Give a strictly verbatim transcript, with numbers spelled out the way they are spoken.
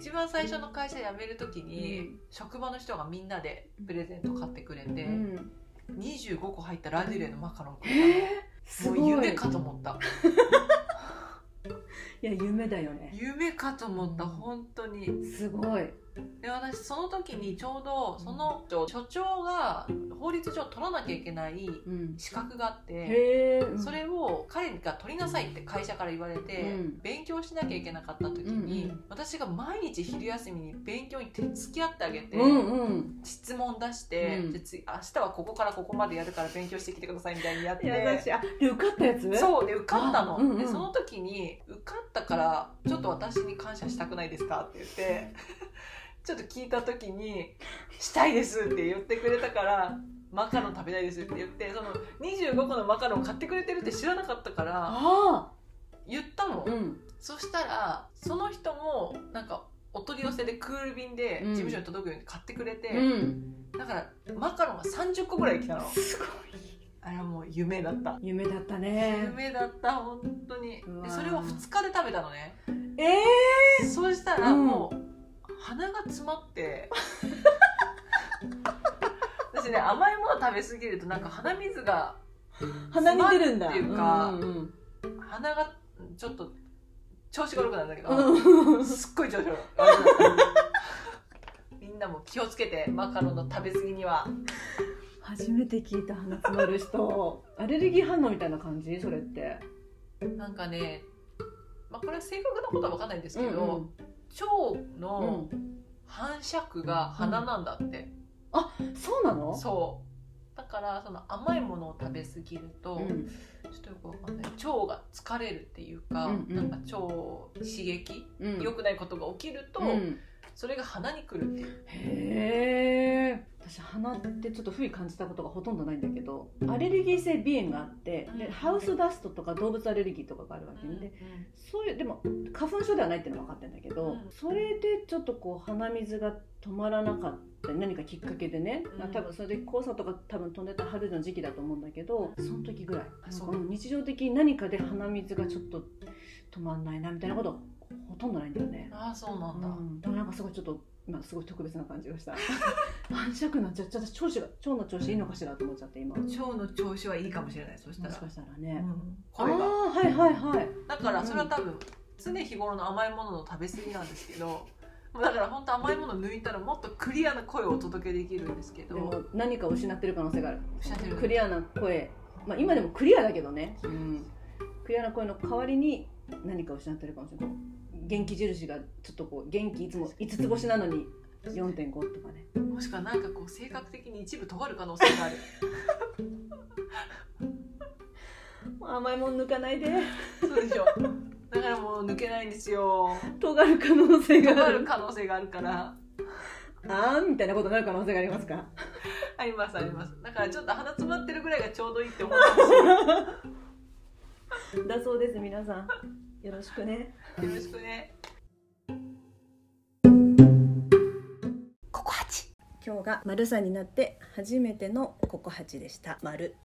一番最初の会社辞める時に、うん、職場の人がみんなでプレゼント買ってくれて、うん、にじゅうごこ入ったラデュレのマカロンくれたの、えー、もう夢かと思ったいや夢だよね。 夢かと思った、本当にすごい。 で私その時にちょうどその所長が法律上取らなきゃいけない資格があって、うん、それを彼が取りなさいって会社から言われて、うん、勉強しなきゃいけなかった時に、うんうん、私が毎日昼休みに勉強に手付き合ってあげて、うんうん、質問出して、うん、で明日はここからここまでやるから勉強してきてくださいみたいにやって、 優しい。あ、で受かったやつ？ そうで受かったの、うんうん、でその時に受かったからちょっと私に感謝したくないですかって言ってちょっと聞いた時にしたいですって言ってくれたからマカロン食べたいですって言って、そのにじゅうごこのマカロン買ってくれてるって知らなかったから言ったの、うん、そしたらその人もなんかお取り寄せでクール便で事務所に届くように買ってくれて、うん、だからマカロンがさんじゅっこぐらい来たの。 すごい。 あれはもう夢だった。 夢だったね。 夢だった本当に。でそれをふつかで食べたのね。 えー、 そうしたらもう、うん、鼻が詰まって私ね甘いもの食べ過ぎるとなんか鼻水が鼻に出るんだっていうか、うんうん、鼻がちょっと調子が悪くなるんだけど、うん、すっごい調子が悪くなったみんなも気をつけてマカロンの食べ過ぎには。 初めて聞いた鼻詰まる人アレルギー反応みたいな感じ？それってなんかね、まあ、これは正確なことは分かんないんですけど、うんうん、腸の反射区が鼻なんだって、うんうん、 あ、そうなの？ そうだからその甘いものを食べ過ぎると、うん、ちょっとよく分かんない腸が疲れるっていうか、うんうん、なんか腸刺激、うん、良くないことが起きると、うん、それが鼻に来るっていう。 へー。私鼻ってちょっと不意感じたことがほとんどないんだけど、アレルギー性鼻炎があって、でハウスダストとか動物アレルギーとかがあるわけで、うんうん、そういうでも花粉症ではないっていうのは分かってるんだけど、うん、それでちょっとこう鼻水が止まらなかった何かきっかけでね、うん、多分それで黄砂とか多分飛んでた春の時期だと思うんだけど、その時ぐらい日常的に何かで鼻水がちょっと止まんないなみたいなことほとんどないんだよね。 ああ、そうなんだ、うん、 でもなんかすごいちょっと今すごい特別な感じがした反射区になっちゃっちゃった。腸子が腸の調子いいのかしらと思っちゃって今。 腸の調子はいいかもしれない。そしたらもしかしたらね、うん、 声が。 ああ、はいはいはい。 だからそれは多分常日頃の甘いものの食べ過ぎなんですけど、だから本当甘いもの抜いたらもっとクリアな声をお届けできるんですけど、 でも何か失ってる可能性がある。 失ってる。 クリアな声、まあ今でもクリアだけどね、うん、クリアな声の代わりに何か失ってるかもしれない。元気印がちょっとこう元気いつもいつつ星なのによんてんご とかね、 もしくはなんかこう性格的に一部尖る可能性がある甘いもん抜かないで。 そうでしょ。だからもう抜けないんですよ。 尖る可能性がある。 尖る可能性があるからあーみたいなことになる可能性がありますか？ ありますあります。だからちょっと鼻詰まってるぐらいがちょうどいいって思ったんですよだそうです。皆さんよろしくね。 よろしくね。 ココハチ。今日が丸さんになって初めてのココハチでした。丸。